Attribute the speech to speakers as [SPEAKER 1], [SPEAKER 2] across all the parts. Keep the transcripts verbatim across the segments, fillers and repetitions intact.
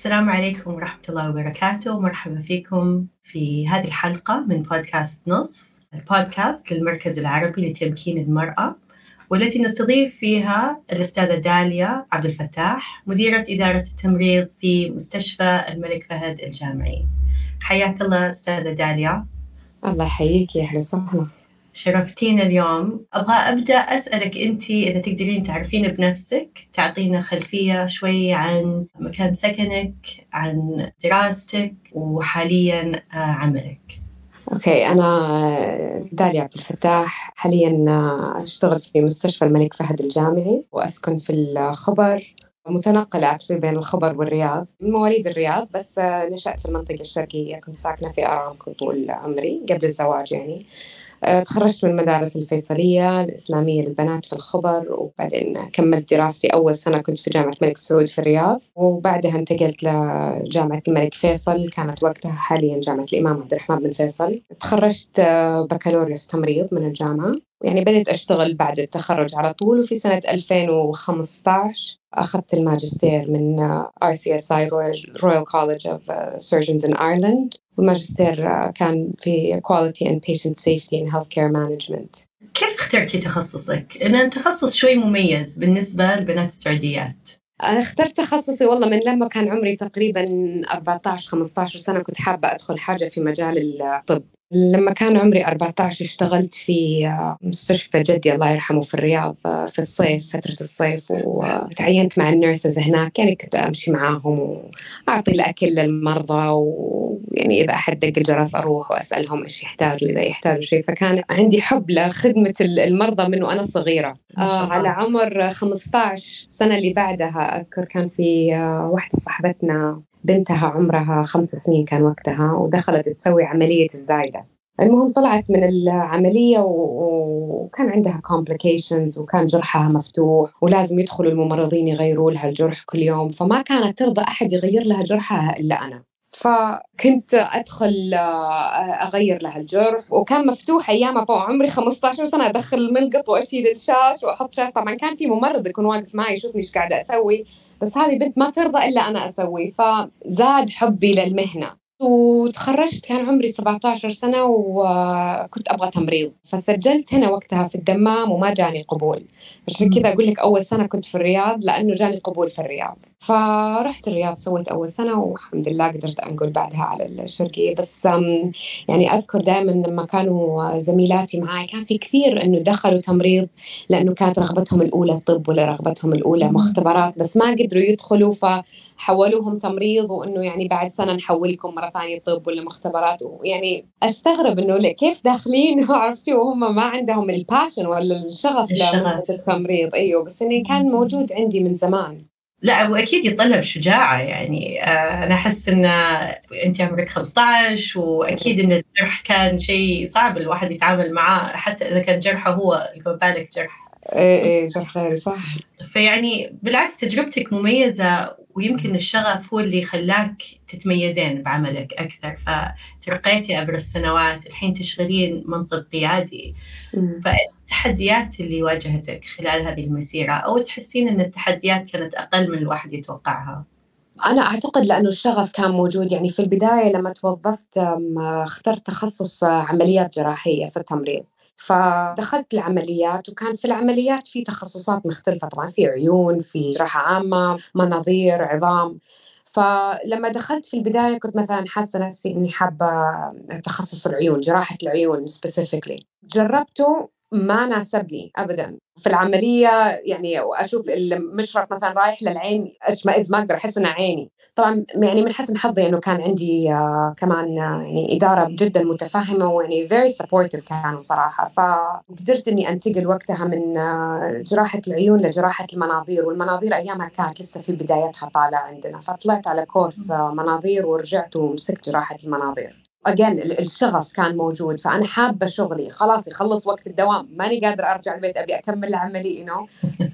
[SPEAKER 1] السلام عليكم ورحمة الله وبركاته، مرحبا فيكم في هذه الحلقة من بودكاست نصف، البودكاست للمركز العربي لتمكين المرأة، والتي نستضيف فيها الأستاذة داليا عبد الفتاح، مديرة إدارة التمريض في مستشفى الملك فهد الجامعي. حياك الله أستاذة داليا.
[SPEAKER 2] الله يحييك، يا أهلا وسهلا.
[SPEAKER 1] شرفتينا اليوم. أبغى أبدأ أسألك أنتي إذا تقدرين تعرفين بنفسك، تعطينا خلفية شوي عن مكان سكنك، عن دراستك، وحالياً عملك.
[SPEAKER 2] أوكي، أنا داليا عبد الفتاح، حالياً أشتغل في مستشفى الملك فهد الجامعي وأسكن في الخبر، متنقلة بين الخبر والرياض، من مواليد الرياض بس نشأت في المنطقة الشرقية، كنت ساكنة في أرامكو طول عمري قبل الزواج يعني. تخرجت من المدارس الفيصلية الإسلامية للبنات في الخبر، وبعدين كملت دراستي. أول سنة كنت في جامعة الملك سعود في الرياض، وبعدها انتقلت لجامعة الملك فيصل، كانت وقتها حاليا جامعة الإمام عبد الرحمن بن فيصل. تخرجت بكالوريوس تمريض من الجامعة، يعني بديت أشتغل بعد التخرج على طول. وفي سنة ألفين وخمسة عشر أخذت الماجستير من آر سي إس آي Royal College of Surgeons in Ireland، والماجستير كان في Quality and Patient Safety in Healthcare Management.
[SPEAKER 1] كيف اخترتي تخصصك؟ إنه تخصص شوي مميز بالنسبة لبنات السعوديات.
[SPEAKER 2] أنا اخترت تخصصي والله من لما كان عمري تقريباً أربعة عشر خمسة عشر سنة، كنت حابة أدخل حاجة في مجال الطب. لما كان عمري أربعة عشر اشتغلت في مستشفى جدي الله يرحمه في الرياض في الصيف، فترة الصيف، وتعينت مع النيرسز هناك. يعني كنت أمشي معاهم وأعطي الأكل للمرضى، ويعني إذا أحد دق الجرس أروح وأسألهم إيش يحتاجوا إذا يحتاجوا شيء. فكان عندي حب لخدمة المرضى من وأنا صغيرة. آه على عمر خمسة عشر سنة اللي بعدها أذكر كان في واحدة صاحبتنا بنتها عمرها خمس سنين كان وقتها، ودخلت تسوي عملية الزايدة. المهم طلعت من العملية وكان عندها complications، وكان جرحها مفتوح ولازم يدخلوا الممرضين يغيروا لها الجرح كل يوم، فما كانت ترضى أحد يغير لها جرحها إلا أنا. فكنت أدخل أغير لها الجرح، وكان مفتوح أيامها، عمري خمسة عشر سنة، أدخل الملقط وأشيل الشاش وأحط شاش. طبعا كان في ممرض يكون واقف معي يشوفني إيش قاعدة أسوي، بس هذه بنت ما ترضى إلا أنا أسوي. فزاد حبي للمهنة، وتخرجت كان عمري سبعة عشر سنة وكنت أبغى تمريض، فسجلت هنا وقتها في الدمام وما جاني قبول. عشان كذا أقول لك أول سنة كنت في الرياض لأنه جاني قبول في الرياض. فرحت الرياض سويت أول سنة، والحمد لله قدرت أنقل بعدها على الشرقية. بس يعني أذكر دائما لما كانوا زميلاتي معاي كان في كثير إنه دخلوا تمريض لأنه كانت رغبتهم الأولى الطب ولا رغبتهم الأولى مختبرات، بس ما قدروا يدخلوا فحولوهم تمريض، وإنه يعني بعد سنة نحولكم مرة ثانية طب ولا مختبرات. ويعني أستغرب إنه كيف داخلين عرفتي وهم ما عندهم الباشن ولا الشغف للتمريض. أيوه، بس إنه كان موجود عندي من زمان.
[SPEAKER 1] لا، وأكيد يتطلب شجاعة. يعني أنا أحس إن أنت عمرك خمسة عشر، وأكيد إن الجرح كان شيء صعب الواحد يتعامل معاه، حتى إذا كان جرحه هو، ما بالك جرح
[SPEAKER 2] إيه إيه جرح غيري، صح.
[SPEAKER 1] فيعني بالعكس تجربتك مميزة، ويمكن الشغف هو اللي خلاك تتميزين بعملك أكثر، فترقيتي عبر السنوات، الحين تشغلين منصب قيادي. فإيش التحديات اللي واجهتك خلال هذه المسيرة، أو تحسين أن التحديات كانت أقل من الواحد يتوقعها؟
[SPEAKER 2] أنا أعتقد لأنه الشغف كان موجود. يعني في البداية لما توظفت اخترت تخصص عمليات جراحية في التمريض، فدخلت العمليات، وكان في العمليات في تخصصات مختلفة طبعا، في عيون، في جراحة عامة، مناظير، عظام. فلما دخلت في البداية كنت مثلا حاسة نفسي إني حابة تخصص العيون، جراحة العيون specifically. جربته ما ناسبني أبداً في العملية. يعني أشوف المشرط مثلا رايح للعين أشمئز، ما أقدر أحس إنها عيني. طبعا يعني من حسن حظي إنه كان عندي آه كمان آه يعني إدارة جدا متفاهمة، ويعني very supportive كانوا صراحة. فقدرت إني أنتقل وقتها من آه جراحة العيون لجراحة المناظير. والمناظير أيامها كانت لسه في بدايتها طالع عندنا، فطلعت على كورس آه مناظير ورجعت ومسكت جراحة المناظير. again الشغف كان موجود، فأنا حابة شغلي، خلاص يخلص وقت الدوام ماني قادرة أرجع البيت أبي أكمل عملي you know.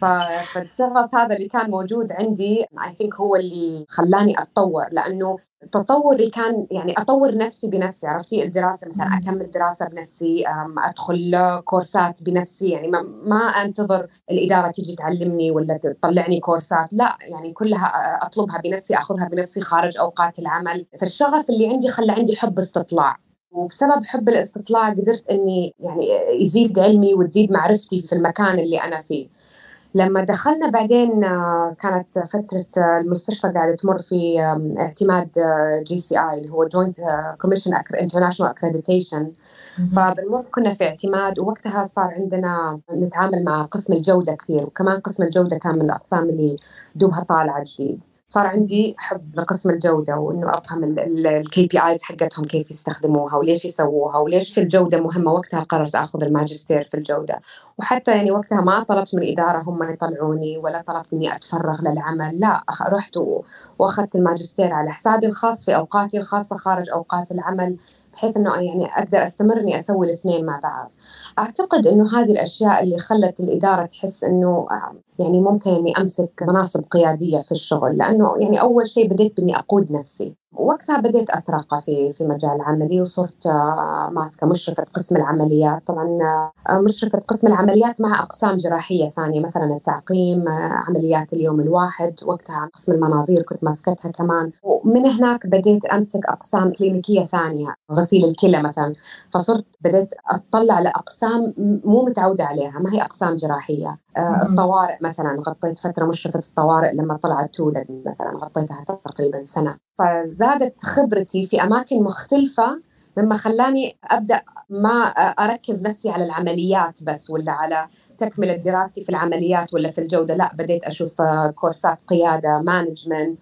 [SPEAKER 2] فالشغف هذا اللي كان موجود عندي I think هو اللي خلاني أتطور، لأنه تطوري كان يعني أطور نفسي بنفسي. عرفتي الدراسة مثلا أكمل دراسة بنفسي، أدخل كورسات بنفسي، يعني ما, ما أنتظر الإدارة تيجي تعلمني ولا تطلعني كورسات، لا يعني كلها أطلبها بنفسي، أخذها بنفسي خارج أوقات العمل. فالشغف اللي عندي خلى عندي حب استطلاع، وبسبب حب الاستطلاع قدرت أني يعني يزيد علمي وتزيد معرفتي في المكان اللي أنا فيه. لما دخلنا بعدين كانت فترة المستشفى قاعدة تمر في اعتماد جي سي آي اللي هو Joint Commission International Accreditation. فبالمر كنا في اعتماد، ووقتها صار عندنا نتعامل مع قسم الجودة كثير، وكمان قسم الجودة كان من الأقسام اللي دوبها طالعة جديد. صار عندي حب لقسم الجودة، وإنه أفهم الكي بي آيز حقتهم كيف يستخدموها وليش يسووها وليش في الجودة مهمة. وقتها قررت أخذ الماجستير في الجودة، وحتى يعني وقتها ما طلبت من الإدارة هم يطلعوني ولا طلبت إني أتفرغ للعمل، لا رحت وأخذت الماجستير على حسابي الخاص في أوقاتي الخاصة خارج أوقات العمل، بحيث إنه يعني أقدر أستمر إني أسوي الاثنين مع بعض. أعتقد إنه هذه الأشياء اللي خلت الإدارة تحس إنه يعني ممكن إني أمسك مناصب قيادية في الشغل، لأنه يعني أول شيء بديت بإني أقود نفسي. وقتها بديت أترقى في في مجال عملي، وصرت ماسكة مشرفة قسم العمليات. طبعا مشرفة قسم العمليات مع أقسام جراحية ثانية، مثلا التعقيم، عمليات اليوم الواحد، وقتها قسم المناظير كنت ماسكتها كمان. ومن هناك بديت أمسك أقسام كلينيكية ثانية، غسيل الكلى مثلا. فصرت بديت أطلع لأقسام مو متعودة عليها، ما هي أقسام جراحية. الطوارئ مثلا غطيت فترة مشرفة الطوارئ لما طلعت تولد مثلا، غطيتها تقريبا سنة. فزادت خبرتي في أماكن مختلفة، مما خلاني أبدأ ما أركز نفسي على العمليات بس، ولا على تكملة دراستي في العمليات ولا في الجودة، لا بديت أشوف كورسات قيادة مانجمنت.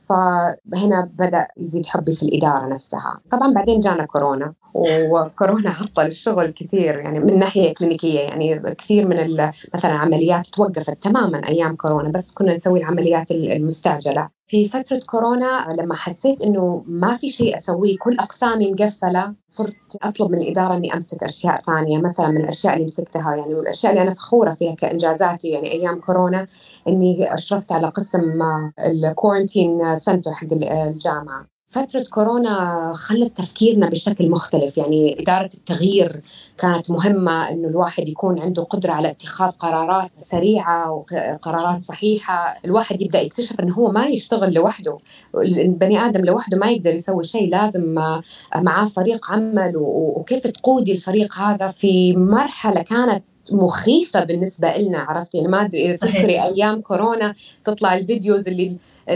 [SPEAKER 2] فهنا بدأ يزيد حبي في الإدارة نفسها. طبعا بعدين جانا كورونا، وكورونا عطل الشغل كثير يعني من ناحية كلينيكية. يعني كثير من مثلا عمليات توقفت تماما أيام كورونا، بس كنا نسوي العمليات المستعجلة. في فترة كورونا لما حسيت إنه ما في شيء أسويه، كل أقسامي مقفلة، صرت أطلب من الإدارة إني أمسك أشياء ثانية. مثلا من الأشياء اللي مسكتها يعني والأشياء اللي أنا فخورة فيها كإنجازاتي يعني أيام كورونا، إني أشرفت على قسم الكورنتين سنتر حق الجامعة. فترة كورونا خلت تفكيرنا بشكل مختلف، يعني إدارة التغيير كانت مهمة، إنه الواحد يكون عنده قدرة على اتخاذ قرارات سريعة وقرارات صحيحة. الواحد يبدأ يكتشف إنه هو ما يشتغل لوحده، البني آدم لوحده ما يقدر يسوي شيء، لازم معاه فريق عمل. وكيف تقودي الفريق هذا في مرحلة كانت مخيفة بالنسبة لنا. عرفتي يعني ما أدري إذا تذكري أيام كورونا تطلع الفيديوز اللي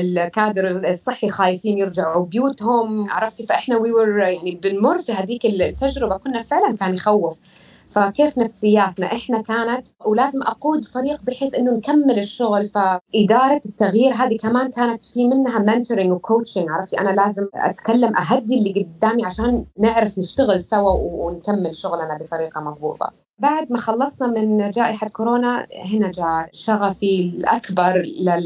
[SPEAKER 2] الكادر الصحي خايفين يرجعوا بيوتهم. عرفتي فإحنا ويور يعني بنمر في هذيك التجربة، كنا فعلا كان يخوف. فكيف نفسياتنا إحنا كانت، ولازم أقود فريق بحيث إنه نكمل الشغل. فإدارة التغيير هذه كمان كانت في منها منتورينج وكوتشنج. عرفتي أنا لازم أتكلم أهدي اللي قدامي عشان نعرف نشتغل سوا ونكمل شغلنا بطريقة مضبوطة. بعد ما خلصنا من جائحة كورونا، هنا جاء شغفي الأكبر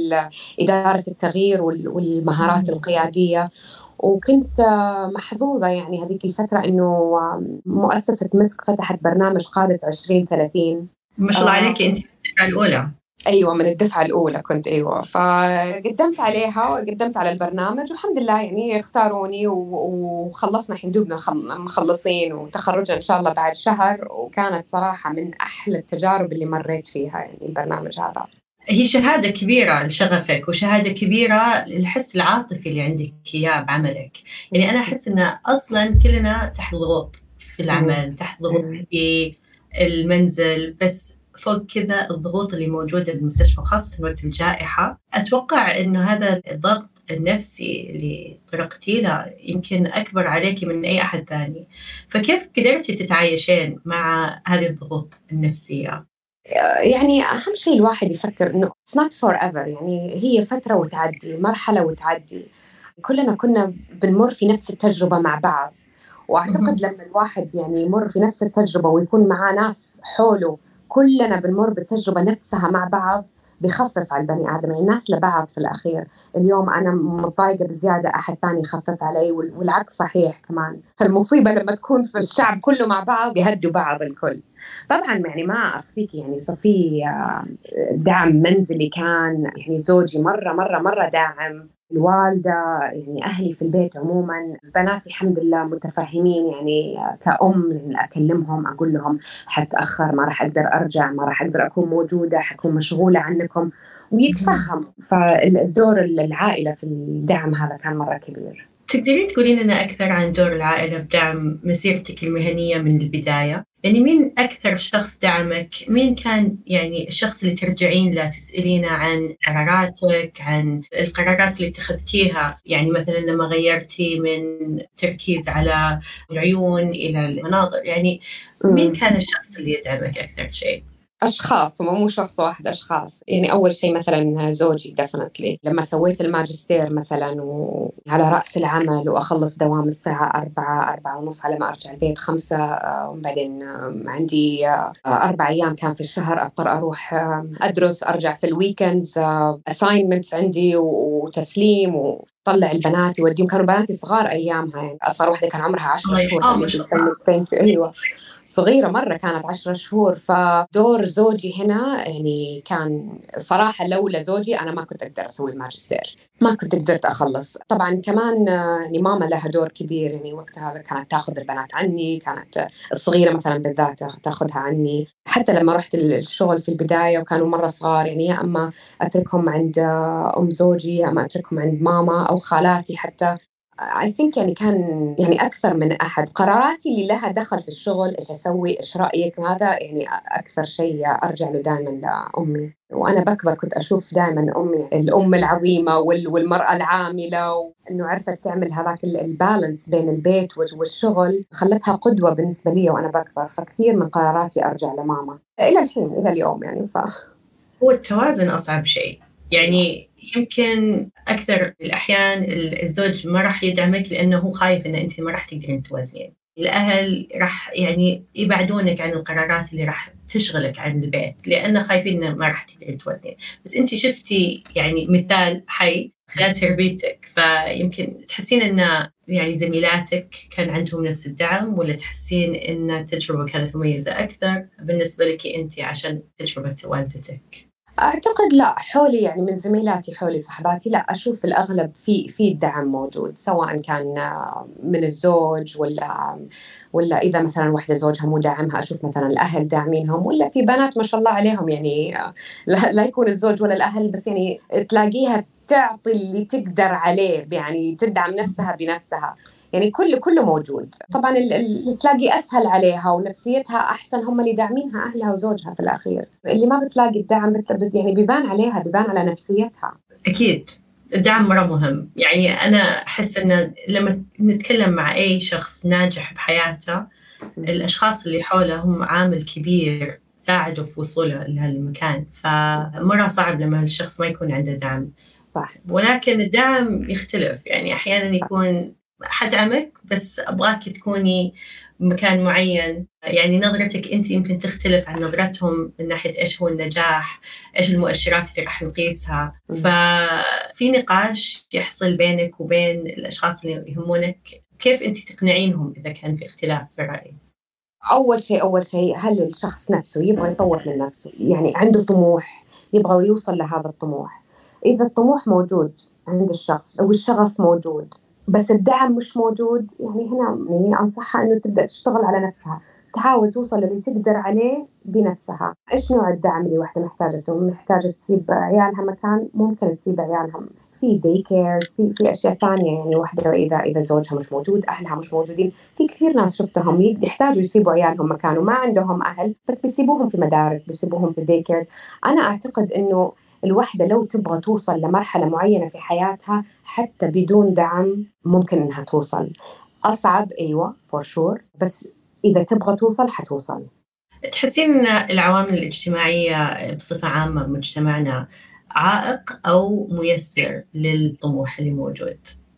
[SPEAKER 2] لإدارة التغيير والمهارات القيادية. وكنت محظوظة يعني هذيك الفترة إنه مؤسسة مسك فتحت برنامج قادة عشرين ثلاثين.
[SPEAKER 1] ما شاء الله عليك، أنت في الدفعة الأولى.
[SPEAKER 2] أيوة من الدفعة الأولى كنت. أيوة فقدمت عليها وقدمت على البرنامج، والحمد لله يعني اختاروني وخلصنا الحين دوبنا مخلصين، وتخرجنا إن شاء الله بعد شهر. وكانت صراحة من أحلى التجارب اللي مريت فيها يعني البرنامج هذا.
[SPEAKER 1] هي شهادة كبيرة لشغفك، وشهادة كبيرة للحس العاطفي اللي عندك إياه بعملك. يعني أنا أحس إن أصلاً كلنا تحت ضغوط في العمل، تحت ضغوط في المنزل، بس فوق كذا الضغوط اللي موجودة بالمستشفى خاصة وقت الجائحة. أتوقع إنه هذا الضغط النفسي اللي طرقتي له يمكن أكبر عليك من أي أحد ثاني. فكيف قدرتي تتعايشين مع هذه الضغوط النفسية؟
[SPEAKER 2] يعني أهم شيء الواحد يفكر إنه it's not forever، يعني هي فترة وتعدي، مرحلة وتعدي. كلنا كنا بنمر في نفس التجربة مع بعض. وأعتقد لما الواحد يعني يمر في نفس التجربة ويكون معاه ناس حوله كلنا بنمر بالتجربة نفسها مع بعض، بيخفف على البني آدم، يعني الناس لبعض في الأخير. اليوم أنا متضايقة بزيادة أحد تاني يخفف علي، والعكس صحيح كمان. فالمصيبة لما تكون في الشعب كله مع بعض يهدوا بعض الكل. طبعا يعني ما أخفيك، يعني في دعم منزلي كان، يعني زوجي مرة مرة مرة داعم، الوالدة، يعني أهلي في البيت عموما، بناتي الحمد لله متفاهمين، يعني كأم يعني أكلمهم أقول لهم حتأخر، ما راح أقدر أرجع، ما راح أقدر أكون موجودة، حكون مشغولة عنكم، ويتفهم. فالدور العائلة في الدعم هذا كان مرة كبير.
[SPEAKER 1] تقدرين تقولين لنا أكثر عن دور العائلة بدعم مسيرتك المهنية من البداية؟ يعني مين أكثر شخص دعمك؟ مين كان يعني الشخص اللي ترجعين له تسألينه عن قراراتك، عن القرارات اللي اتخذتيها؟ يعني مثلا لما غيرتي من تركيز على العيون إلى المناظر، يعني مين كان الشخص اللي يدعمك أكثر شيء؟
[SPEAKER 2] أشخاص، مو شخص واحد، أشخاص. يعني أول شيء مثلا زوجي definitely. لما سويت الماجستير مثلا وعلى رأس العمل وأخلص دوام الساعة أربعة أربعة ونص على ما أرجع البيت خمسة، وبعدين عندي أربع أيام كان في الشهر أضطر أروح أدرس، أرجع في الويكندز assignments عندي وتسليم، وطلع البنات يوديهم. كانوا بناتي صغار أيامها، يعني أصغر واحدة كان عمرها عشرة شهور.
[SPEAKER 1] آه ما شاء الله.
[SPEAKER 2] أيوة صغيرة مرة، كانت عشرة شهور. فدور زوجي هنا يعني كان صراحة، لولا زوجي أنا ما كنت أقدر أسوي الماجستير، ما كنت قدرت أخلص. طبعا كمان يعني ماما لها دور كبير، يعني وقتها كانت تاخذ البنات عني، كانت الصغيرة مثلا بالذات تاخذها عني. حتى لما رحت الشغل في البداية وكانوا مرة صغار، يعني يا أما أتركهم عند أم زوجي، يا أما أتركهم عند ماما أو خالاتي حتى. I think يعني كان يعني أكثر من أحد. قراراتي اللي لها دخل في الشغل، إيش أسوي، إيش رأيك، هذا يعني أكثر شيء أرجع له دائما لأمي. وأنا بكبر كنت أشوف دائما أمي الأم العظيمة والمرأة العاملة، وإنه عرفت تعمل هذاك البالانس بين البيت والشغل، خلتها قدوة بالنسبة لي وأنا بكبر. فكثير من قراراتي أرجع لماما إلى الحين، إلى اليوم يعني. ف
[SPEAKER 1] هو التوازن أصعب شيء، يعني يمكن أكثر الأحيان الزوج ما راح يدعمك لأنه هو خايف إن أنت ما راح تقدرين توازنين. الأهل راح يعني يبعدونك عن القرارات اللي راح تشغلك عن البيت لأنه خايفين إن ما راح تقدرين توازنين. بس أنت شفتي يعني مثال حي خلال تربيتك، فيمكن تحسين إن يعني زميلاتك كان عندهم نفس الدعم، ولا تحسين إن التجربة كانت مميزة أكثر بالنسبة لك أنت عشان تجربة والدتك؟
[SPEAKER 2] أعتقد لا، حولي يعني من زميلاتي حولي صحباتي لا، أشوف في الأغلب في في دعم موجود، سواء كان من الزوج ولا ولا إذا مثلا واحدة زوجها مو داعمها، أشوف مثلا الأهل داعمينهم، ولا في بنات ما شاء الله عليهم يعني لا, لا يكون الزوج ولا الأهل، بس يعني تلاقيها تعطي اللي تقدر عليه، يعني تدعم نفسها بنفسها. يعني كله كله موجود. طبعا اللي تلاقي أسهل عليها ونفسيتها أحسن هم اللي داعمينها، أهلها وزوجها في الأخير. اللي ما بتلاقي الدعم بت... يعني بيبان عليها، بيبان على نفسيتها.
[SPEAKER 1] أكيد الدعم مرة مهم. يعني أنا أحس أن لما نتكلم مع أي شخص ناجح بحياته، الأشخاص اللي حوله هم عامل كبير ساعدوا في وصوله لهالمكان. فمرة صعب لما الشخص ما يكون عنده دعم.
[SPEAKER 2] صح.
[SPEAKER 1] ولكن الدعم يختلف، يعني أحيانا يكون حدعمك بس أبغاك تكوني بمكان معين. يعني نظرتك أنت يمكن تختلف عن نظرتهم من ناحية إيش هو النجاح، إيش المؤشرات اللي راح نقيسها. ففي نقاش يحصل بينك وبين الأشخاص اللي يهمونك، كيف أنت تقنعينهم إذا كان في اختلاف في الرأي؟
[SPEAKER 2] أول شيء أول شيء هل الشخص نفسه يبغى يطور من نفسه، يعني عنده طموح يبغى يوصل لهذا الطموح. إذا الطموح موجود عند الشخص والشغف موجود بس الدعم مش موجود، يعني هنا يعني أنصحها إنه تبدأ تشتغل على نفسها، تحاول توصل للي تقدر عليه بنفسها. إيش نوع الدعم اللي واحدة محتاجته؟ محتاجة تسيب عيالها مكان، ممكن تسيب عيالها في داي كيرز، في في أشياء ثانية. يعني واحدة إذا إذا زوجها مش موجود، أهلها مش موجودين، في كثير ناس شفتهم يحتاجوا يسيبوا عيالهم مكان وما عندهم أهل، بس بيسيبوهم في مدارس، بيسيبوهم في داي كيرز. أنا أعتقد إنه الوحدة لو تبغى توصل لمرحلة معينة في حياتها حتى بدون دعم ممكن إنها توصل. أصعب أيوة for sure، بس إذا تبغى توصل حتوصل.
[SPEAKER 1] تحسين أن العوامل الاجتماعية بصفة عامة بمجتمعنا عائق أو ميسر للطموح اللي موجود؟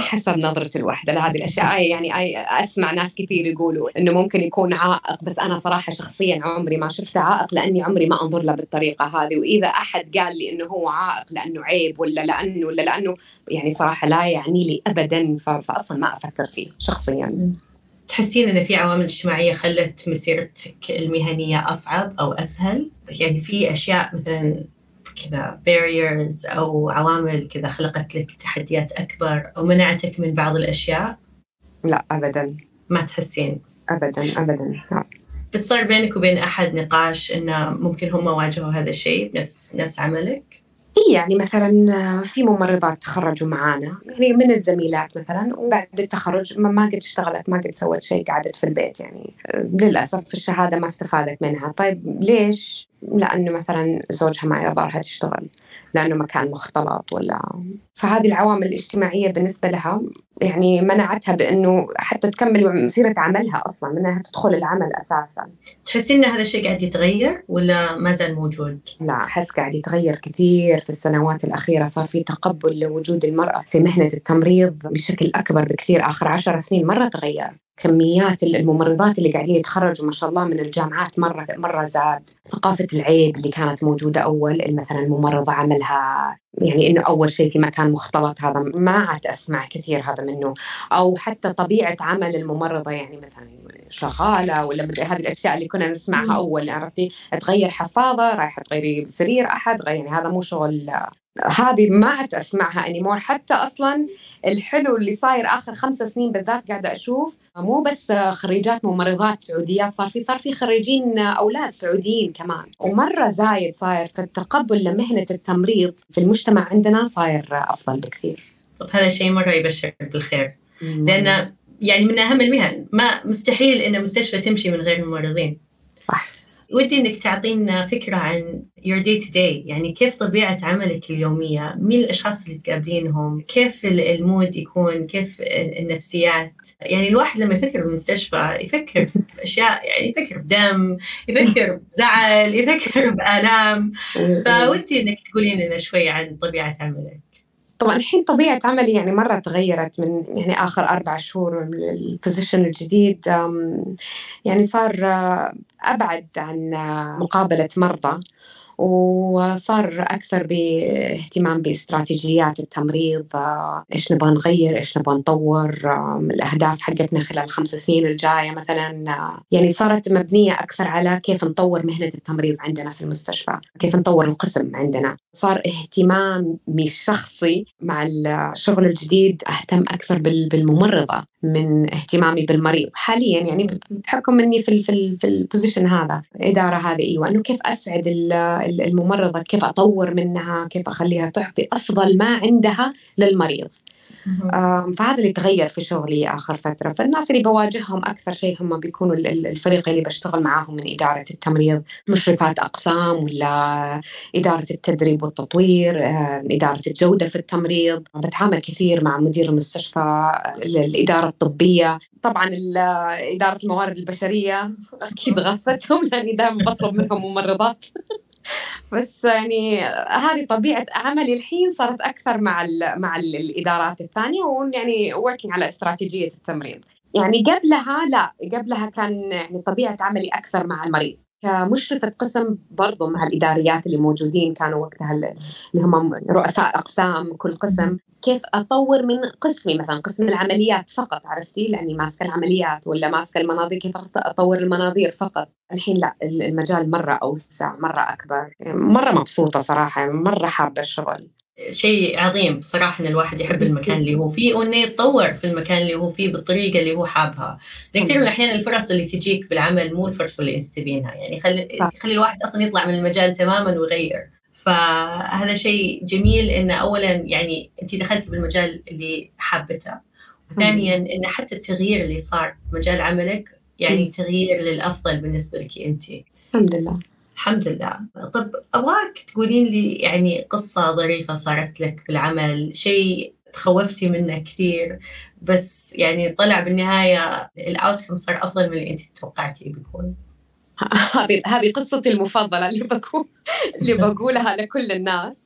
[SPEAKER 2] حسب نظرة الوحدة لهذه الأشياء. يعني أي أسمع ناس كثير يقولوا إنه ممكن يكون عائق، بس أنا صراحة شخصيا عمري ما شفته عائق، لأني عمري ما أنظر له بالطريقة هذه. وإذا أحد قال لي إنه هو عائق لأنه عيب ولا لأنه ولا لأنه يعني صراحة لا يعني لي أبدا، فأصلا ما أفكر فيه شخصيا.
[SPEAKER 1] تحسين إن في عوامل اجتماعية خلت مسيرتك المهنية أصعب أو أسهل؟ يعني في أشياء مثلا كذا barriers أو عوامل كذا خلقت لك تحديات أكبر أو منعتك من بعض الأشياء؟
[SPEAKER 2] لا أبدا.
[SPEAKER 1] ما تحسين؟
[SPEAKER 2] أبدا أبدا. لا.
[SPEAKER 1] بس صار بينك وبين أحد نقاش إنه ممكن هم واجهوا هذا الشيء بنفس نفس عملك؟
[SPEAKER 2] إيه يعني مثلا في ممرضات تخرجوا معانا يعني من الزميلات مثلا، وبعد التخرج ما قد اشتغلت، ما قد سوت شيء، قعدت في البيت يعني للأسف الشهادة ما استفادت منها. طيب ليش؟ لأنه مثلا زوجها ما يرضاها تشتغل، لأنه مكان مختلط ولا. فهذه العوامل الاجتماعية بالنسبة لها يعني منعتها بأنه حتى تكمل مسيرة عملها أصلا، منها تدخل العمل أساسا.
[SPEAKER 1] تحسين إن هذا الشيء قاعد يتغير ولا ما زال موجود؟
[SPEAKER 2] لا أحس قاعد يتغير كثير في السنوات الأخيرة. صار في تقبل لوجود المرأة في مهنة التمريض بشكل أكبر بكثير. آخر عشر سنين مرة تغير. كميات الممرضات اللي قاعدين يتخرجوا ما شاء الله من الجامعات مرة مرة زاد. ثقافة العيب اللي كانت موجودة أول، مثلا الممرضة عملها يعني إنه أول شيء في مكان مختلط، هذا ما عاد أسمع كثير هذا منه. أو حتى طبيعة عمل الممرضة، يعني مثلا شغالة ولا مدري، هذه الأشياء اللي كنا نسمعها أول. عرفتي تغير حفاضة، رايحة تغيري سرير أحد، يعني هذا مو شغل. هذه ما عاد أسمعها أنيمور. حتى أصلا الحلو اللي صاير آخر خمس سنين بالذات قاعدة أشوف مو بس خريجات ممرضات سعوديات، صار في صار في خريجين أولاد سعوديين كمان، ومرة زايد صاير. فالتقبل لمهنة التمريض في المجتمع عندنا صاير أفضل بكثير.
[SPEAKER 1] طب هذا شيء مرة يبشر بالخير، لأن يعني من أهم المهن، ما مستحيل إن مستشفى تمشي من غير ممرضين.
[SPEAKER 2] صح.
[SPEAKER 1] ودي إنك تعطينا فكرة عن your day to day، يعني كيف طبيعة عملك اليومية، مين الأشخاص اللي تقابلينهم، كيف المود يكون، كيف النفسيات. يعني الواحد لما يفكر بالمستشفى يفكر بأشياء، يعني يفكر بدم، يفكر بزعل، يفكر بآلام. فودي إنك تقولين لنا شوي عن طبيعة عملك.
[SPEAKER 2] طبعا الحين طبيعة عملي يعني مرة تغيرت من يعني آخر أربع شهور. البوزيشن الجديد يعني صار أبعد عن مقابلة مرضى، وصار أكثر باهتمام باستراتيجيات التمريض، إيش نبغى نغير، إيش نبغى نطور، الأهداف حقتنا خلال الخمس سنين الجاية مثلا. يعني صارت مبنية أكثر على كيف نطور مهنة التمريض عندنا في المستشفى، كيف نطور القسم عندنا. صار اهتمامي الشخصي مع الشغل الجديد أهتم أكثر بالممرضة من اهتمامي بالمريض حاليا، يعني بحكم أني في في في البوزيشن هذا، إدارة هذه. أيوة، أنه كيف أسعد الممرضة، كيف أطور منها، كيف أخليها تعطي أفضل ما عندها للمريض. فهذا اللي تغير في شغلي آخر فترة. فالناس اللي بواجههم أكثر شيء هم بيكونوا الفريق اللي بشتغل معاهم من إدارة التمريض، مشرفات أقسام ولا إدارة التدريب والتطوير، إدارة الجودة في التمريض. بتعامل كثير مع مدير المستشفى، الإدارة الطبية، طبعا إدارة الموارد البشرية أكيد غثتهم لأني دائما بطلب منهم ممرضات. بس يعني هذه طبيعة عملي الحين، صارت أكثر مع مع الإدارات الثانية، ويعني working على استراتيجية التمريض. يعني قبلها لا، قبلها كان يعني طبيعة عملي أكثر مع المريض كمشرفة قسم، برضو مع الإداريات اللي موجودين كانوا وقتها اللي هم رؤساء أقسام كل قسم، كيف أطور من قسمي، مثلا قسم العمليات فقط، عرفتي، لأني ماسكة العمليات، ولا ماسكة المناظير كيف أطور المناظير فقط. الحين لا، المجال مرة أوسع، مرة أكبر، مرة مبسوطة صراحة، مرة حابة الشغل.
[SPEAKER 1] شيء عظيم بصراحة إن الواحد يحب المكان اللي هو فيه، وإنه يتطور في المكان اللي هو فيه بالطريقة اللي هو حابها. كثير من الأحيان الفرص اللي تجيك بالعمل مو الفرصة اللي أنت تبينها، يعني خلي خلي الواحد أصلاً يطلع من المجال تماماً ويغير. فهذا شيء جميل إنه أولاً يعني أنت دخلتي بالمجال اللي حابته، وثانياً إن حتى التغيير اللي صار بمجال عملك يعني تغيير للأفضل بالنسبة لك أنت.
[SPEAKER 2] الحمد لله.
[SPEAKER 1] الحمد لله. طب أبغاك تقولين لي يعني قصة ظريفة صارت لك بالعمل، شيء تخوفتي منه كثير بس يعني طلع بالنهاية الأوتكم صار أفضل من اللي أنت توقعتيه بيكون.
[SPEAKER 2] هذه هذه قصتي المفضلة اللي بقول اللي بقولها لكل الناس.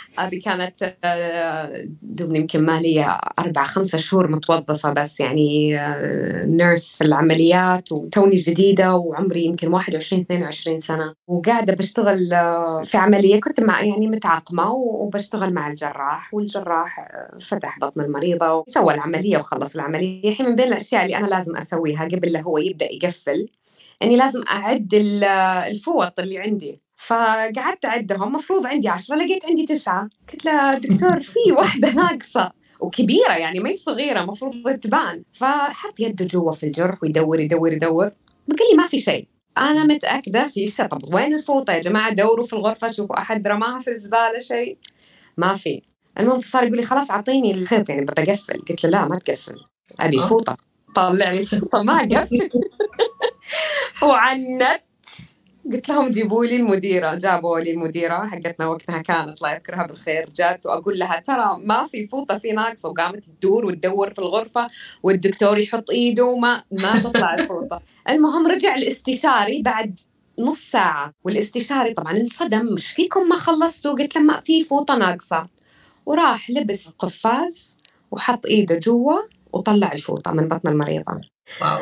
[SPEAKER 2] هذه كانت دوبني يمكن مالية أربع خمسة شهور متوظفة بس، يعني نيرس في العمليات، وتوني جديدة وعمري يمكن واحد وعشرين اثنين وعشرين سنة، وقاعدة بشتغل في عملية كنت مع يعني متعاقمة وبشتغل مع الجراح، والجراح فتح بطن المريضة وسوى العملية وخلص العملية. الحين من بين الأشياء اللي أنا لازم أسويها قبل لا هو يبدأ يقفل أني لازم أعد الفوط اللي عندي، فقعدت أعدهم، مفروض عندي عشرة لقيت عندي تسعة. قلت له دكتور في واحدة ناقصة وكبيرة يعني ما هي صغيرة مفروض تبان. فحط يده جوا في الجرح ويدور يدور يدور، قال لي ما في شيء. أنا متأكدة في شيء. طب وين الفوطة يا جماعة؟ دوروا في الغرفة شوفوا أحد رماها في الزبالة شيء، ما في. المهم صار يقول لي خلاص أعطيني الخيط يعني بقفل. قلت له لا ما تقفل، أبي فوطة. طلع لي الفوطة ما أقفل. وعنت قلت لهم جيبوا لي المديرة. جابوا لي المديرة حقتنا وقتها كانت الله يذكرها بالخير، جات وأقول لها ترى ما في فوطة في ناقصة، وقامت تدور وتدور في الغرفة والدكتور يحط إيده وما ما تطلع الفوطة. المهم رجع الاستشاري بعد نص ساعة، والاستشاري طبعا انصدم، مش فيكم ما خلصتوا؟ قلت له ما في فوطة ناقصة. وراح لبس قفاز وحط إيده جوا وطلع الفوطة من بطن المريضة.
[SPEAKER 1] واو.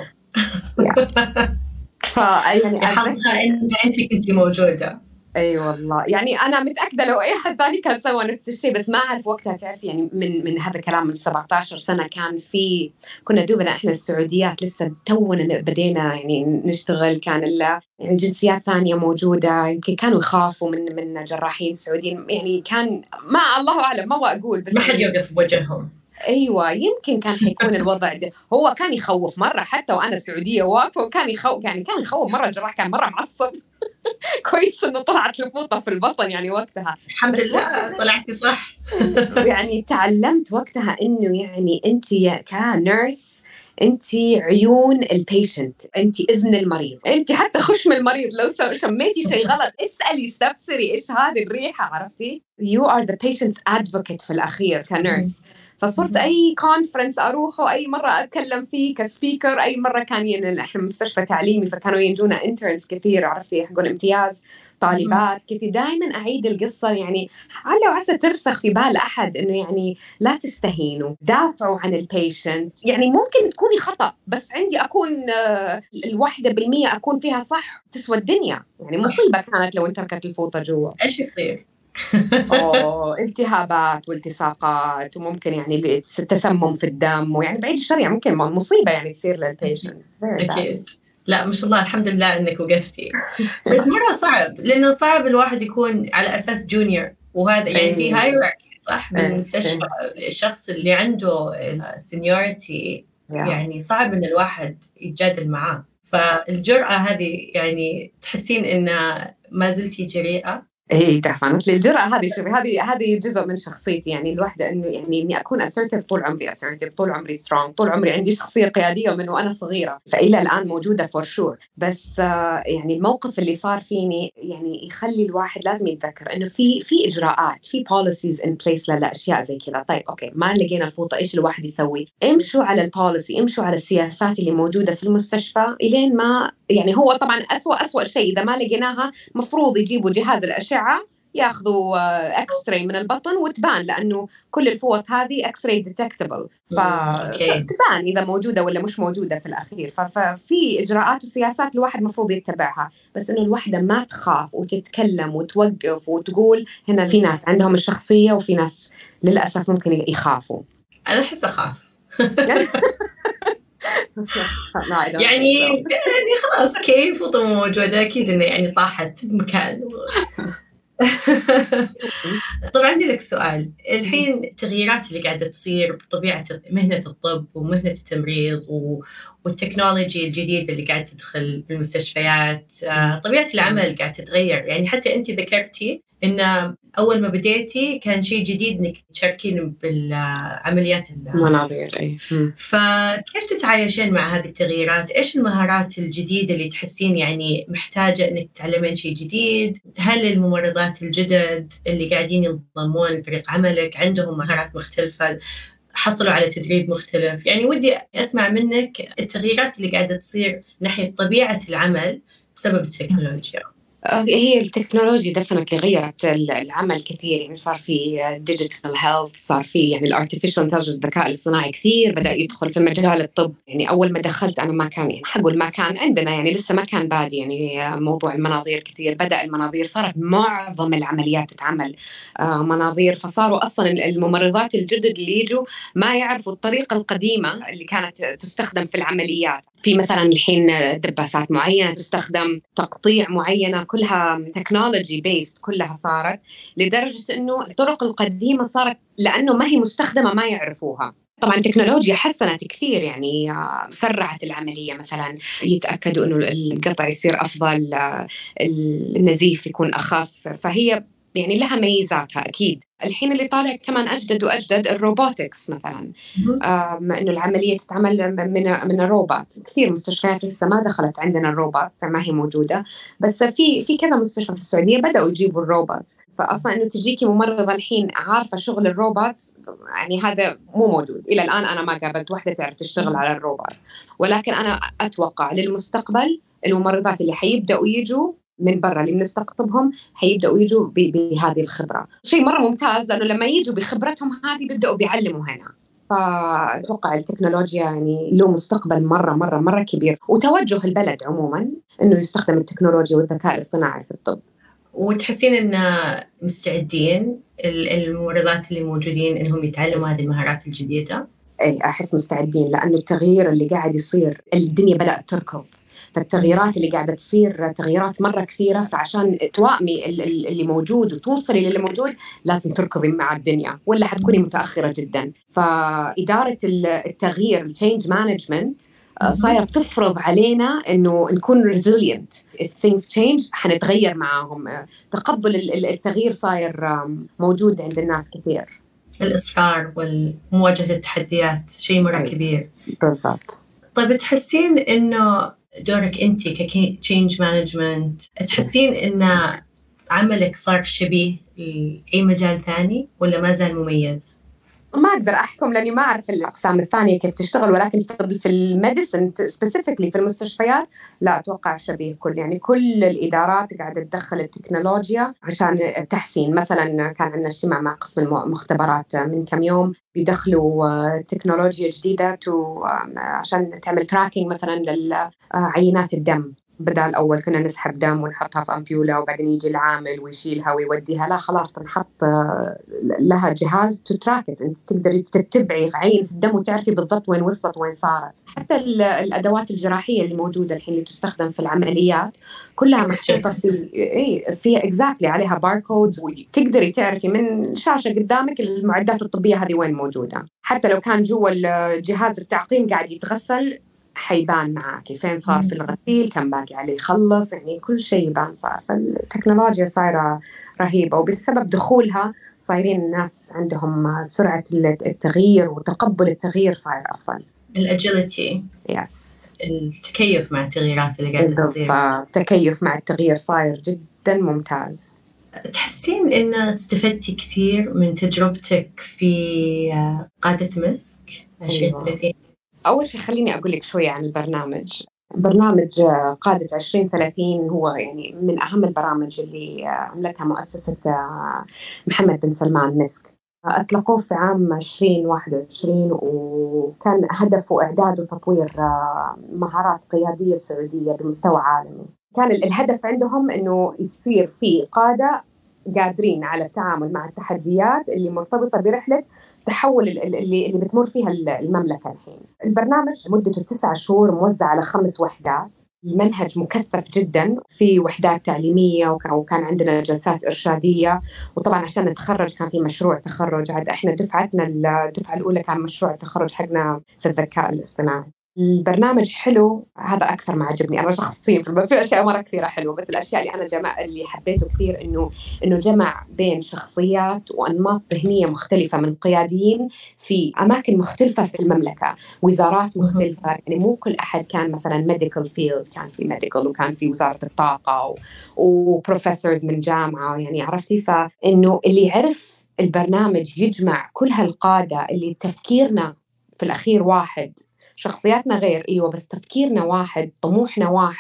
[SPEAKER 2] فيعني
[SPEAKER 1] حظها إن أنت كنتي موجودة.
[SPEAKER 2] أي أيوة والله، يعني أنا متأكدة لو أي حد ثاني كان سوى نفس الشيء، بس ما أعرف وقتها. تعرف يعني من من هذا الكلام من سبعة عشر سنة كان في، كنا دوبنا إحنا السعوديات لسه تونا بدينا يعني نشتغل، كان إلا يعني جنسيات ثانية موجودة، يمكن كانوا يخافوا من من جراحين سعوديين، يعني كان ما الله أعلم ما أقول، بس
[SPEAKER 1] ما حد
[SPEAKER 2] يعني
[SPEAKER 1] يوقف بوجههم.
[SPEAKER 2] أيوة يمكن كان حيكون الوضع ده. هو كان يخوف مرة حتى وأنا سعودية واقفة، وكان يخوف يعني كان يخوف مرة. الجراح كان مرة معصب. كويس إنه طلعت الفوطة في البطن يعني وقتها،
[SPEAKER 1] الحمد لله طلعتي صح.
[SPEAKER 2] يعني تعلمت وقتها إنه يعني أنت كنيرس أنت عيون البيشنت، أنت إذن المريض، أنت حتى خشم المريض. لو شميتي شيء غلط اسألي استفسري إيش هذه الريحة، عرفتي؟ you are the patient's advocate في الأخير كنيرس. فصرت أي كونفرنس أروحه، أي مرة أتكلم فيه كسبيكر، أي مرة كان ين... إحنا مستشفى تعليمي فكانوا ينجونا انترنز كثير، عرفتي يحقون امتياز طالبات كثير. دائما أعيد القصة يعني على وعسى ترسخ في بال أحد إنه يعني لا تستهينوا، دافعوا عن البيشنت. يعني ممكن تكوني خطأ بس عندي أكون الواحدة بالمية أكون فيها صح، تسوى الدنيا. يعني مصيبة كانت لو انتركت الفوطة جوا.
[SPEAKER 1] إيش يصير؟
[SPEAKER 2] أوه التهابات والتصاقات، وممكن يعني تسمم في الدم، ويعني بعيد الشر ممكن مصيبة يعني تصير للبيشنت.
[SPEAKER 1] أكيد. لا ما شاء الله الحمد لله إنك وقفتي. بس مرة صعب، لأنه صعب الواحد يكون على أساس جونيور، وهذا يعني في هايراركي صح بالمستشفى. الشخص اللي عنده السينيورتي يعني صعب إن الواحد يتجادل معاه. فالجرأة هذه يعني تحسين إن ما زلتي جريئة؟
[SPEAKER 2] إيه دفعت لي الجرأة هذه. شوفي هذه هذه جزء من شخصيتي، يعني الواحدة إنه يعني إني أكون assertive. طول عمري assertive، طول عمري strong، طول عمري عندي شخصية قيادية من وأنا صغيرة، فإلى الآن موجودة for sure. بس آه يعني الموقف اللي صار فيني يعني يخلي الواحد لازم يتذكر إنه في في إجراءات، في policies in place للأشياء زي كذا. طيب أوكي ما لقينا الفوطة، إيش الواحد يسوي؟ امشوا على البوليسي، امشوا على السياسات اللي موجودة في المستشفى إلين ما يعني هو طبعا أسوأ أسوأ شيء إذا ما لقيناها مفروض يجيبوا جهاز الأشعة ياخذوا اكس راي من البطن وتبان، لانه كل الفوط هذه اكس راي ديتكتبل، فتبان اذا موجوده ولا مش موجوده في الاخير. ففي اجراءات وسياسات الواحد مفروض يتبعها، بس انه الواحده ما تخاف وتتكلم وتوقف وتقول. هنا في ناس عندهم الشخصيه وفي ناس للاسف ممكن يخافوا.
[SPEAKER 1] انا احس اخاف. يعني يعني خلاص اوكي فوطه موجوده اكيد انه يعني طاحت بمكان. طبعا عندي لك سؤال الحين، التغييرات اللي قاعدة تصير بطبيعة مهنة الطب ومهنة التمريض والتكنولوجي الجديدة اللي قاعدة تدخل بالمستشفيات، طبيعة العمل قاعدة تتغير. يعني حتى أنت ذكرتي إن أول ما بديتي كان شيء جديد إنك تشاركين بالعمليات
[SPEAKER 2] المناظير.
[SPEAKER 1] فكيف تتعايشين مع هذه التغييرات؟ إيش المهارات الجديدة اللي تحسين يعني محتاجة إنك تتعلمين شيء جديد؟ هل الممرضات الجدد اللي قاعدين ينضمون فريق عملك عندهم مهارات مختلفة؟ حصلوا على تدريب مختلف؟ يعني ودي أسمع منك التغييرات اللي قاعدة تصير ناحية طبيعة العمل بسبب التكنولوجيا.
[SPEAKER 2] هي التكنولوجيا دفنتلي غيرت العمل كثير، يعني صار في ديجيتال هيلث، صار في يعني الارتفيشال انتليجنس، الذكاء الاصطناعي كثير بدأ يدخل في مجال الطب. يعني أول ما دخلت أنا ما كان، يعني حقول ما كان عندنا، يعني لسه ما كان بادي يعني موضوع المناظير كثير. بدأ المناظير، صارت معظم العمليات تتعمل آه، مناظير، فصاروا أصلا الممرضات الجدد اللي يجوا ما يعرفوا الطريقة القديمة اللي كانت تستخدم في العمليات. في مثلا الحين دباسات معينة تستخدم، تقطيع معينة، كلها تكنولوجي بيست، كلها صارت، لدرجة إنه الطرق القديمة صارت لأنه ما هي مستخدمة ما يعرفوها. طبعا التكنولوجيا حسنت كثير، يعني سرعت العملية، مثلا يتأكدوا إنه القطع يصير أفضل، النزيف يكون أخف، فهي يعني لها ميزاتها أكيد. الحين اللي طالع كمان أجدد وأجدد الروبوتكس مثلا، إنه العملية تتعمل من من الروبوت. كثير مستشفيات لسه ما دخلت عندنا الروبوت، ما هي موجودة، بس في في كذا مستشفى في السعودية بدأوا يجيبوا الروبوت. فأصلا إنه تجيكي ممرضة الحين عارفة شغل الروبوت، يعني هذا مو موجود إلى الآن. أنا ما قابلت واحدة تعرف تشتغل على الروبوت، ولكن أنا أتوقع للمستقبل الممرضات اللي حيبدأوا يجوا من برا اللي بنستقطبهم حيبدأوا يجوا بهذه الخبرة. شيء مرة ممتاز، لأنه لما يجوا بخبرتهم هذه بيبدأوا بيعلموا هنا. فأتوقع التكنولوجيا يعني له مستقبل مرة مرة مرة كبير، وتوجه البلد عموما إنه يستخدم التكنولوجيا والذكاء الاصطناعي في الطب.
[SPEAKER 1] وتحسين إن مستعدين الممرضات اللي موجودين إنهم يتعلموا هذه المهارات الجديدة؟
[SPEAKER 2] أي أحس مستعدين، لأنه التغيير اللي قاعد يصير، الدنيا بدأت تركض، فالتغييرات اللي قاعدة تصير تغييرات مرة كثيرة، فعشان توائمي اللي موجود وتوصلي للي موجود لازم تركضي مع الدنيا، ولا حتكوني متأخرة جدا. فإدارة التغيير التشينج مانجمنت صايرة بتفرض علينا إنه نكون resilient. if things change حنتغير معاهم. تقبل التغيير صاير موجود عند الناس كثير.
[SPEAKER 1] الإصرار ومواجهة التحديات شيء مرة أي. كبير.
[SPEAKER 2] بالضبط.
[SPEAKER 1] طيب تحسين إنه دورك أنت كتشينج مانجمنت، تحسين إن عملك صار شبيه لأي مجال ثاني ولا ما زال مميز؟
[SPEAKER 2] ما أقدر أحكم لأني ما أعرف الأقسام الثانية كيف تشتغل، ولكن في الميديسن سبيسيفيكلي في المستشفيات لا أتوقع شبيه كل، يعني كل الإدارات قاعدة تدخل التكنولوجيا عشان التحسين. مثلا كان عندنا اجتماع مع قسم المختبرات من كم يوم، بيدخلوا تكنولوجيا جديدة عشان تعمل تراكينج مثلا للعينات الدم. بدال أول كنا نسحب دم ونحطها في أمبيولة وبعدين يجي العامل ويشيلها ويوديها، لا خلاص تنحط لها جهاز تتراكت، أنت تقدري تتبعي عين في الدم وتعرفي بالضبط وين وصلت وين صارت. حتى الأدوات الجراحية اللي موجودة الحين اللي تستخدم في العمليات كلها محطوطة في إيه فيها إكزاكتلي عليها باركود، وتقدري تعرفي من شاشة قدامك المعدات الطبية هذه وين موجودة. حتى لو كان جوا الجهاز التعقيم قاعد يتغسل حيبان معاكي فين صار في الغسيل، كم باقي عليه يخلص، يعني كل شيء يبان صار. فالتكنولوجيا صايرة رهيبة، وبسبب دخولها صايرين الناس عندهم سرعة التغيير وتقبل التغيير صاير أفضل.
[SPEAKER 1] الأجيلتي
[SPEAKER 2] يس
[SPEAKER 1] التكيف مع التغييرات اللي قاعدة تصير.
[SPEAKER 2] التكيف مع التغيير صاير جدا ممتاز.
[SPEAKER 1] تحسين إن استفدتي كثير من تجربتك في قادة مسك عشرين ثلاثين؟
[SPEAKER 2] أول شيء خليني أقول لك شوية عن البرنامج. برنامج قادة عشرين ثلاثين هو يعني من أهم البرامج اللي عملتها مؤسسة محمد بن سلمان مسك. أطلقوه في عام عشرين واحد وعشرين، وكان هدفه إعداد وتطوير مهارات قيادية سعودية بمستوى عالمي. كان الهدف عندهم إنه يصير في قادة قادرين على التعامل مع التحديات اللي مرتبطة برحلة تحول اللي, اللي بتمر فيها المملكة الحين. البرنامج مدته تسعة شهور، موزع على خمس وحدات، المنهج مكثف جدا، في وحدات تعليمية وكان عندنا جلسات إرشادية، وطبعا عشان نتخرج كان في مشروع تخرج. عاد إحنا دفعتنا الدفعة الأولى كان مشروع التخرج حقنا في الذكاء الاصطناعي. البرنامج حلو، هذا أكثر ما عجبني أنا شخصياً. في أشياء مرة كثيرة حلوة، بس الأشياء اللي أنا جمع اللي حبيته كثير إنه إنه جمع بين شخصيات وأنماط ذهنية مختلفة من قياديين في أماكن مختلفة في المملكة، وزارات مختلفة. يعني مو كل أحد كان مثلاً medical field، كان في medical وكان في وزارة الطاقة وبروفيسورز من جامعة، يعني عرفتي. فإنه اللي يعرف البرنامج يجمع كل هالقادة اللي تفكيرنا في الأخير واحد، شخصياتنا غير أيوة بس تفكيرنا واحد، طموحنا واحد،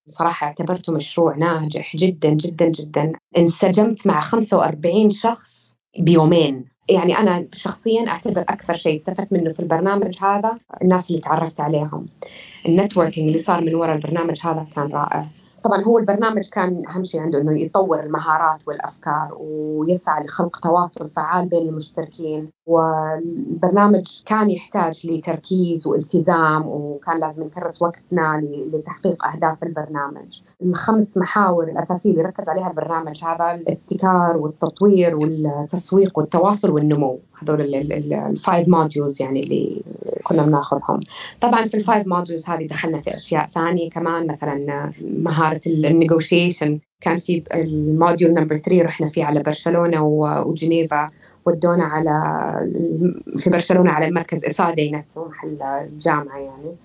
[SPEAKER 2] صراحة اعتبرته مشروع ناجح جدا جدا جدا. انسجمت مع خمسة وأربعين شخص بيومين. يعني أنا شخصياً أعتبر أكثر شيء استفدت منه في البرنامج هذا الناس اللي تعرفت عليهم. النتوركينج اللي صار من وراء البرنامج هذا كان رائع. طبعاً هو البرنامج كان أهم شيء عنده إنه يطور المهارات والأفكار ويسعى لخلق تواصل فعال بين المشتركين، والبرنامج كان يحتاج لتركيز والتزام، وكان لازم نكرس وقتنا لتحقيق أهداف البرنامج. الخمس محاور الأساسية اللي ركز عليها البرنامج هذا الابتكار والتطوير والتسويق والتواصل والنمو، هذول الفايف موديولز يعني اللي كنا بناخذهم. طبعا في الفايف موديولز هذه دخلنا في أشياء ثانية كمان، مثلا مهارة النيغوشيشن. كان في الموديول نمبر ثري رحنا فيه على برشلونة وجنيفا، ودونا على في برشلونة على المركز إسادي نفسه محل الجامعة يعني،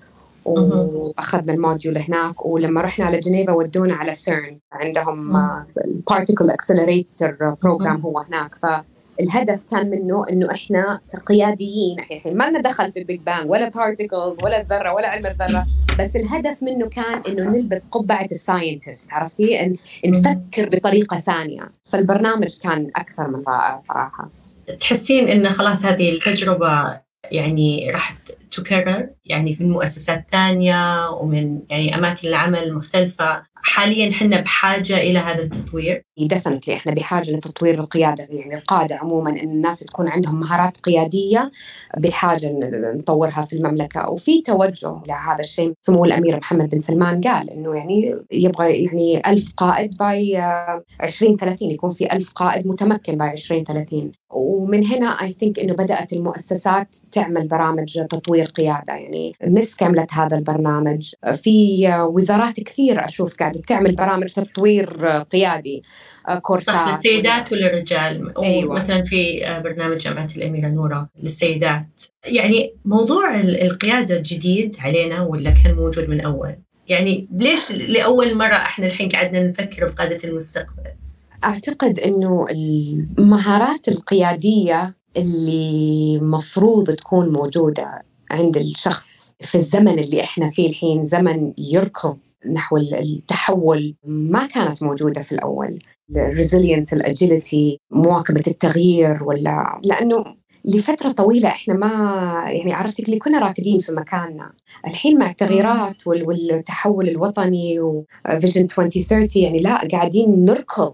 [SPEAKER 2] وأخذنا الموديول هناك. ولما رحنا على جنيفا ودونا على سيرن، عندهم Particle Accelerator Program هو هناك. فالهدف كان منه إنه إحنا كقياديين إحنا ما لنا دخل في البيج بانج ولا بارتيكلز ولا الذرة ولا علم الذرة، بس الهدف منه كان إنه نلبس قبعة الساينتست، عرفتي، إن نفكر بطريقة ثانية. فالبرنامج كان أكثر من رائع صراحة.
[SPEAKER 1] تحسين إن خلاص هذه التجربة يعني راح تكرر يعني في المؤسسات الثانية ومن يعني أماكن العمل المختلفة؟ حالياً حنا بحاجة إلى هذا التطوير.
[SPEAKER 2] definitely إحنا بحاجة لتطوير القيادة، يعني القادة عموماً إن الناس تكون عندهم مهارات قيادية بحاجة نطورها في المملكة. وفي توجه لهذا الشيء. سمو الأمير محمد بن سلمان قال إنه يعني يبغى يعني ألف قائد باي عشرين ثلاثين، يكون في ألف قائد متمكن باي عشرين ثلاثين. ومن هنا I think إنه بدأت المؤسسات تعمل برامج تطوير قيادة. يعني مسك عملت هذا البرنامج، في وزارات كثير أشوف قاعدة تعمل برامج تطوير قيادي، كورسات.
[SPEAKER 1] صح، للسيدات وللرجال.
[SPEAKER 2] أيوة.
[SPEAKER 1] مثلا في برنامج جامعة الأميرة نورة للسيدات. يعني موضوع القيادة جديد علينا ولا كان موجود من أول؟ يعني ليش لأول مرة إحنا الحين قاعدنا نفكر بقادة المستقبل؟
[SPEAKER 2] أعتقد إنه المهارات القيادية اللي مفروض تكون موجودة عند الشخص في الزمن اللي إحنا فيه الحين، زمن يركض نحو التحول، ما كانت موجودة في الأول. الريزيلينس، الأجيليتي، مواكبة التغيير، ولا لأنه لفترة طويلة إحنا ما يعني عرفتك اللي كنا راكدين في مكاننا. الحين مع التغييرات والتحول الوطني وفيجن عشرين ثلاثين يعني لا قاعدين نركض.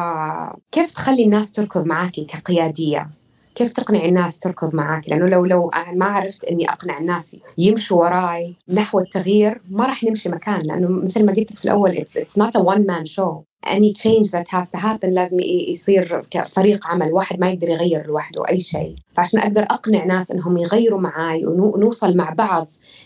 [SPEAKER 2] فكيف تخلي الناس تركض معاكي كقيادية؟ كيف تقنع الناس تركض معاك؟ لأنه لو لو ما عرفت إني أقنع الناس يمشوا وراي نحو التغيير، ما راح نمشي مكان. لأنه مثل ما قلت في الأول it's, it's not a one man show. any change that has to happen لازم يصير كفريق عمل واحد، ما يقدر يغير لوحده أي شيء. فعشان أقدر أقنع ناس إنهم يغيروا معاي ونوصل مع بعض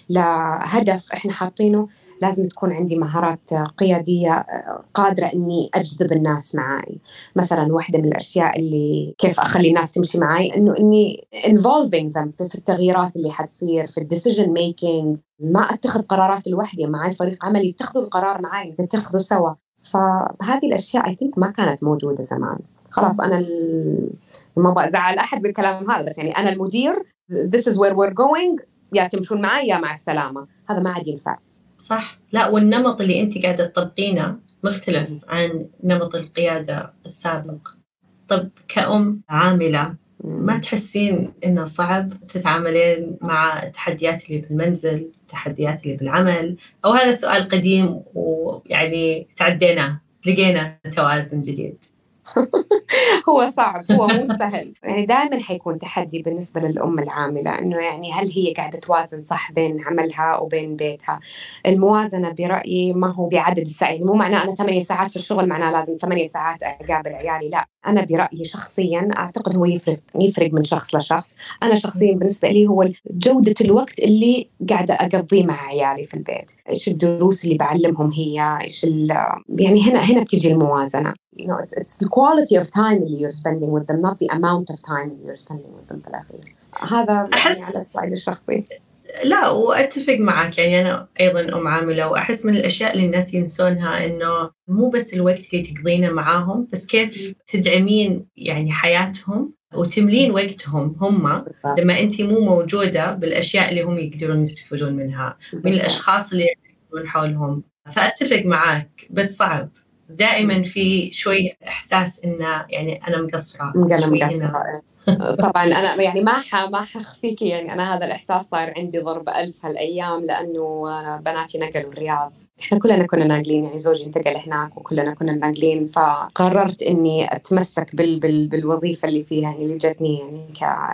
[SPEAKER 2] لهدف إحنا حاطينه، لازم تكون عندي مهارات قيادية قادرة إني أجذب الناس معاي. مثلاً واحدة من الأشياء اللي كيف أخلي الناس تمشي معاي إنه إني involving them في التغييرات اللي حتصير في decision making. ما أتخذ قرارات لوحدي، معاي فريق عمل يتخذوا القرار معاي، نتخذوا سوا. فهذه الأشياء I think ما كانت موجودة زمان. خلاص أنا ال... ما بزعل أحد بالكلام هذا، بس يعني أنا المدير، this is where we're going، يا تمشون معي يا مع السلامة. هذا ما عاد ينفع.
[SPEAKER 1] صح. لا، والنمط اللي أنت قاعدة تطبقينه مختلف عن نمط القيادة السابق. طب كأم عاملة ما تحسين إنه صعب تتعاملين مع التحديات اللي بالمنزل، التحديات اللي بالعمل؟ أو هذا سؤال قديم ويعني تعديناه، لقينا توازن جديد؟
[SPEAKER 2] هو صعب، هو مو سهل. يعني دائما حيكون تحدي بالنسبة للأم العاملة، إنه يعني هل هي قاعدة توازن صح بين عملها وبين بيتها؟ الموازنة برأيي ما هو بعدد الساعات. مو معناه أنا ثمانية ساعات في الشغل معناه لازم ثمانية ساعات أقابل عيالي، لا. أنا برأيي شخصيا أعتقد هو يفرق يفرق من شخص لشخص. أنا شخصيا بالنسبة لي هو جودة الوقت اللي قاعدة أقضيه مع عيالي في البيت، إيش الدروس اللي بعلمهم هي إيش يعني هنا هنا بتجي الموازنة. You know, it's it's the quality of time اللي you're spending with them, not the amount of time اللي you're spending with them في الأخير. هذا
[SPEAKER 1] أحس
[SPEAKER 2] يعني على الصعيد الشخصي.
[SPEAKER 1] لا، وأتفق معك. يعني أنا أيضاً أم عاملة، وأحس من الأشياء اللي الناس ينسونها إنه مو بس الوقت اللي تقضينه معاهم، بس كيف تدعمين يعني حياتهم وتملين وقتهم هم لما أنتي مو موجودة بالأشياء اللي هم يقدرون يستفيدون منها من الأشخاص اللي يكونون حولهم. فأتفق معاك، بس صعب دائما في شوي إحساس إنه يعني أنا مقصرة
[SPEAKER 2] أنا
[SPEAKER 1] شوي
[SPEAKER 2] مقصرة.
[SPEAKER 1] هنا.
[SPEAKER 2] طبعا أنا يعني ما ح ما حخفيك، يعني أنا هذا الإحساس صار عندي ضرب ألف هالأيام، لأنه بناتي نقلوا الرياض، إحنا كلنا كنا ناقلين، يعني زوجي انتقل هناك وكلنا كنا ناقلين، فقررت إني أتمسك بال بال بالوظيفة اللي فيها، يعني اللي جتني يعني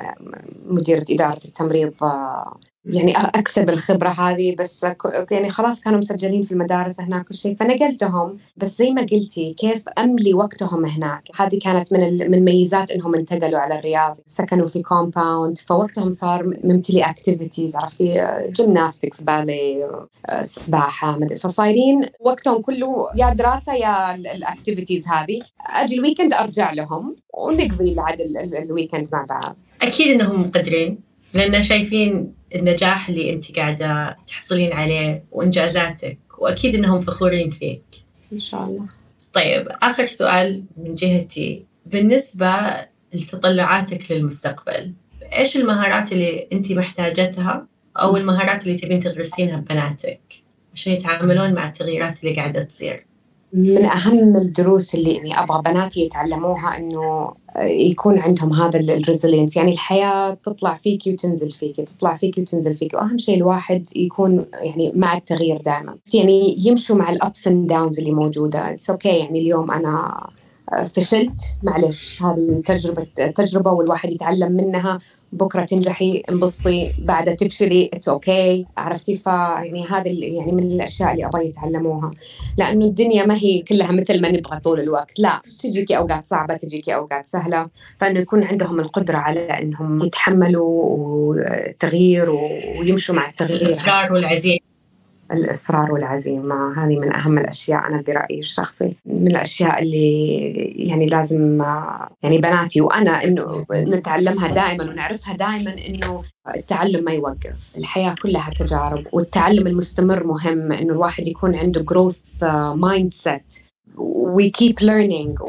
[SPEAKER 2] كمديرة إدارة التمريض، يعني أكسب الخبرة هذه. بس يعني خلاص كانوا مسجلين في المدارس هناك كل شيء، فنقلتهم. بس زي ما قلتي كيف أملي وقتهم هناك، هذه كانت من من ميزات إنهم انتقلوا على الرياض، سكنوا في كومباوند، فوقتهم صار ممتلي أكتيفيتيز، عرفتي، جيمناستكس، بالي، سباحة، فصايرين وقتهم كله يا دراسة يا الأكتيفيتيز هذه. أجي الويكند أرجع لهم ونقضي بعد الويكند مع بعض.
[SPEAKER 1] أكيد إنهم مقدرين، لأن شايفين النجاح اللي أنت قاعدة تحصلين عليه وإنجازاتك، وأكيد إنهم فخورين فيك
[SPEAKER 2] إن شاء الله.
[SPEAKER 1] طيب آخر سؤال من جهتي، بالنسبة لتطلعاتك للمستقبل، إيش المهارات اللي أنت محتاجتها أو المهارات اللي تبين تغرسينها ببناتك عشان يتعاملون مع التغييرات اللي قاعدة تصير؟
[SPEAKER 2] من أهم الدروس اللي يعني أبغى بناتي يتعلموها إنه يكون عندهم هذا الريزيلينس، يعني الحياة تطلع فيكي وتنزل فيكي، تطلع فيكي وتنزل فيكي، وأهم شيء الواحد يكون يعني مع التغيير دائما، يعني يمشوا مع الأبس اند داونز اللي موجودة. اتس اوكي، يعني اليوم أنا فشلت، معلش، هذه تجربة تجربة والواحد يتعلم منها، بكرة تنجحي انبسطي، بعدها تفشلي، اتس اوكي، عرفتي. فيعني هذا يعني من الأشياء اللي أبغى يتعلموها، لأنه الدنيا ما هي كلها مثل ما نبغى طول الوقت، لا، تجيكي أوقات صعبة، تجيكي أوقات سهلة، فإنه يكون عندهم القدرة على إنهم يتحملوا التغيير ويمشوا مع التغيير.
[SPEAKER 1] الإصرار والعزيمة.
[SPEAKER 2] الإصرار والعزيمة هذه من أهم الأشياء، أنا برأيي الشخصي من الأشياء اللي يعني لازم يعني بناتي وأنا إنه نتعلمها دائما ونعرفها دائما، إنه التعلم ما يوقف، الحياة كلها تجارب، والتعلم المستمر مهم، إنه الواحد يكون عنده growth mindset we keep learning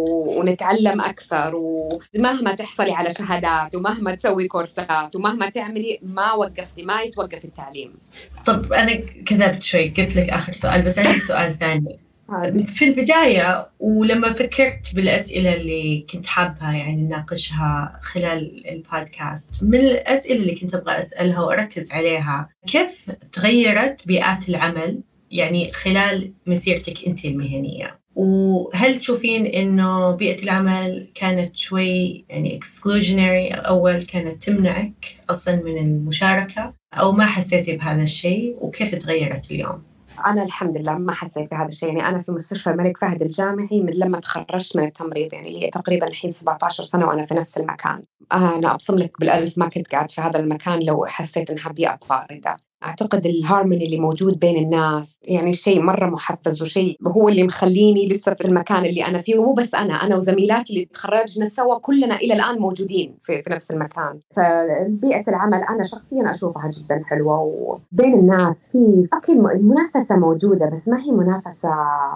[SPEAKER 2] ونتعلم أكثر، ومهما تحصلي على شهادات ومهما تسوي كورسات ومهما تعملي ما وقفتي، ما يتوقف التعليم.
[SPEAKER 1] طب أنا كذبت شوي، قلت لك آخر سؤال، بس عندي سؤال ثاني. في البداية ولما فكرت بالأسئلة اللي كنت حابها يعني نناقشها خلال البودكاست، من الأسئلة اللي كنت أبغى أسألها وأركز عليها، كيف تغيرت بيئات العمل يعني خلال مسيرتك أنت المهنية؟ وهل تشوفين إنه بيئة العمل كانت شوي يعني exclusionary، أول كانت تمنعك أصلاً من المشاركة، أو ما حسيتي بهذا الشيء، وكيف تغيرت اليوم؟
[SPEAKER 2] أنا الحمد لله ما حسيت بهذا الشيء، يعني أنا في مستشفى الملك فهد الجامعي من لما تخرجت من التمريض، يعني لي تقريبا الحين سبعة عشر سنة وأنا في نفس المكان. أنا أبصم لك بالألف ما كنت قاعد في هذا المكان لو حسيت إنها بيئة طاردة. أعتقد الهارموني اللي موجود بين الناس يعني شيء مرة محفز، وشيء هو اللي مخليني لسه في المكان اللي أنا فيه، ومو بس أنا أنا وزميلاتي اللي تخرجنا سوا كلنا إلى الآن موجودين في, في نفس المكان. فبيئة العمل أنا شخصيا أشوفها جدا حلوة، وبين الناس في أكيد المنافسة موجودة، بس ما هي منافسة،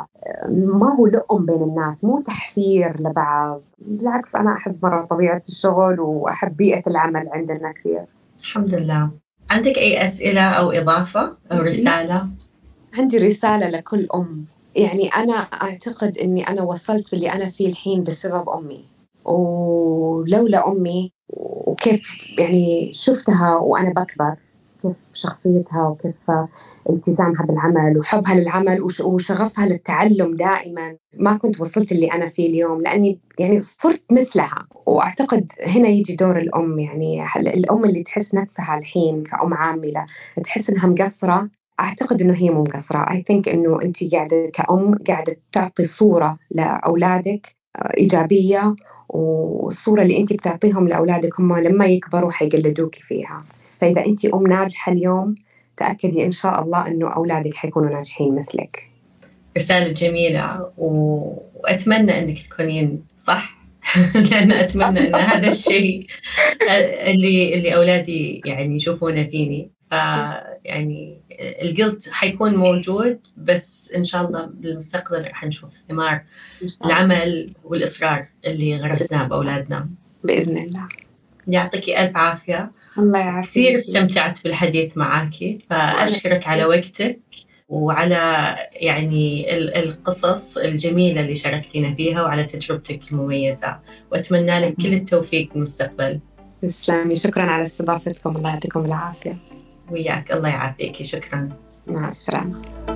[SPEAKER 2] ما هو لؤم بين الناس، مو تحفير لبعض، بالعكس أنا أحب مرة طبيعة الشغل وأحب بيئة العمل عندنا كثير.
[SPEAKER 1] الحمد لله. عندك أي أسئلة أو إضافة أو رسالة؟
[SPEAKER 2] عندي رسالة لكل أم، يعني أنا أعتقد أني أنا وصلت باللي أنا فيه الحين بسبب أمي، ولولا أمي وكيف يعني شفتها وأنا بكبر، كيف شخصيتها وكيف التزامها بالعمل وحبها للعمل وشغفها للتعلم دائما، ما كنت وصلت اللي أنا فيه اليوم، لأني يعني صرت مثلها. وأعتقد هنا يجي دور الأم، يعني الأم اللي تحس نفسها الحين كأم عاملة تحس إنها مقصرة، أعتقد إنه هي مو مقصرة. I think إنه أنت قاعدة كأم قاعدة تعطي صورة لأولادك إيجابية، والصورة اللي أنت بتعطيهم لأولادك هم لما يكبروا حيقلدوك فيها. فإذا أنت أم ناجحة اليوم تأكدي إن شاء الله إنه أولادك حيكونوا ناجحين مثلك.
[SPEAKER 1] رسالة جميلة، وأتمنى أنك تكونين صح لأن أتمنى أن هذا الشيء اللي اللي أولادي يعني يشوفونه فيني، فيعني الجلد حيكون موجود، بس إن شاء الله بالمستقبل رح نشوف ثمار العمل والإصرار اللي غرسناه بأولادنا
[SPEAKER 2] بإذن الله.
[SPEAKER 1] يعطيكي ألف عافية.
[SPEAKER 2] الله يعافيك.
[SPEAKER 1] كثير استمتعت بالحديث معاكي، فأشكرك على وقتك وعلى يعني القصص الجميلة اللي شاركتينا فيها، وعلى تجربتك المميزة، وأتمنى لك كل التوفيق في المستقبل.
[SPEAKER 2] تسلمي، شكرا على استضافتكم، الله يعطيكم العافية.
[SPEAKER 1] وياك، الله يعافيك، شكرا.
[SPEAKER 2] مع السلامة.